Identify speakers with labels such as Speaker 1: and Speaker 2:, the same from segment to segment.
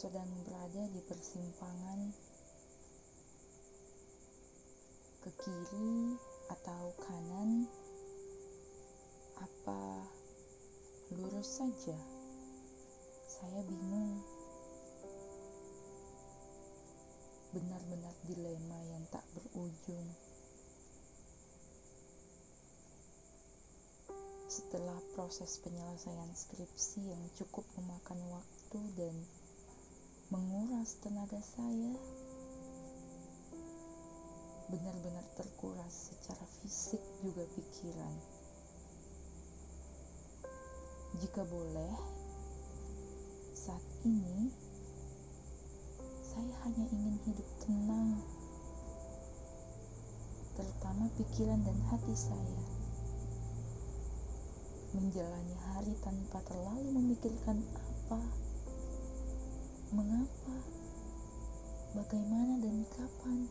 Speaker 1: sedang berada di persimpangan ke kiri atau kanan, apa lurus saja? Saya bingung. Benar-benar dilema yang tak berujung. Setelah proses penyelesaian skripsi yang cukup memakan waktu dan menguras tenaga saya, benar-benar terkuras secara fisik juga pikiran. Jika boleh, saat ini saya hanya ingin hidup tenang, terutama pikiran dan hati saya. Menjalani hari tanpa terlalu memikirkan apa, mengapa, bagaimana, dan kapan.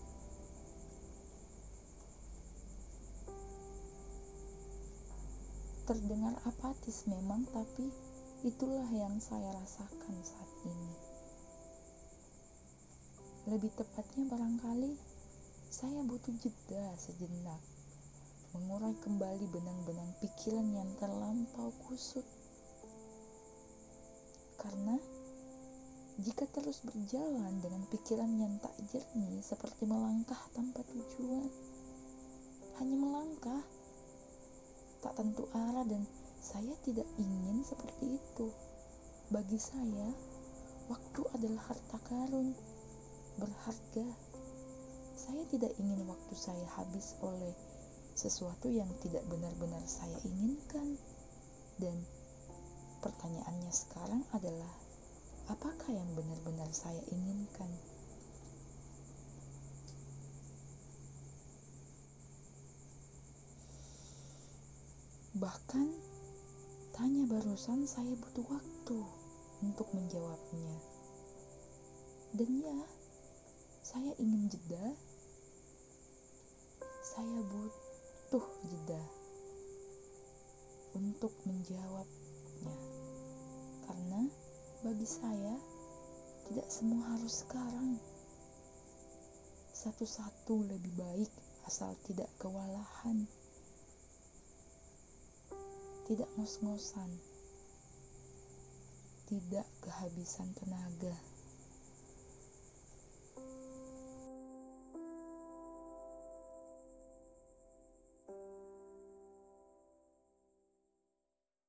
Speaker 1: Terdengar apatis memang, tapi itulah yang saya rasakan saat ini. Lebih tepatnya barangkali saya butuh jeda sejenak, mengurai kembali benang-benang pikiran yang terlampau kusut. Karena jika terus berjalan dengan pikiran yang tak jernih, seperti melangkah tanpa tujuan, hanya melangkah, tak tentu arah, dan saya tidak ingin seperti itu. Bagi saya, waktu adalah harta karun berharga. Saya tidak ingin waktu saya habis oleh sesuatu yang tidak benar-benar saya inginkan. Dan pertanyaannya sekarang adalah, apakah yang benar-benar saya inginkan? Bahkan tanya barusan saya butuh waktu untuk menjawabnya. Dan ya, saya ingin jeda. Saya butuh jeda untuk menjawabnya. Karena bagi saya, tidak semua harus sekarang. Satu-satu lebih baik asal tidak kewalahan, tidak ngos-ngosan, tidak kehabisan tenaga.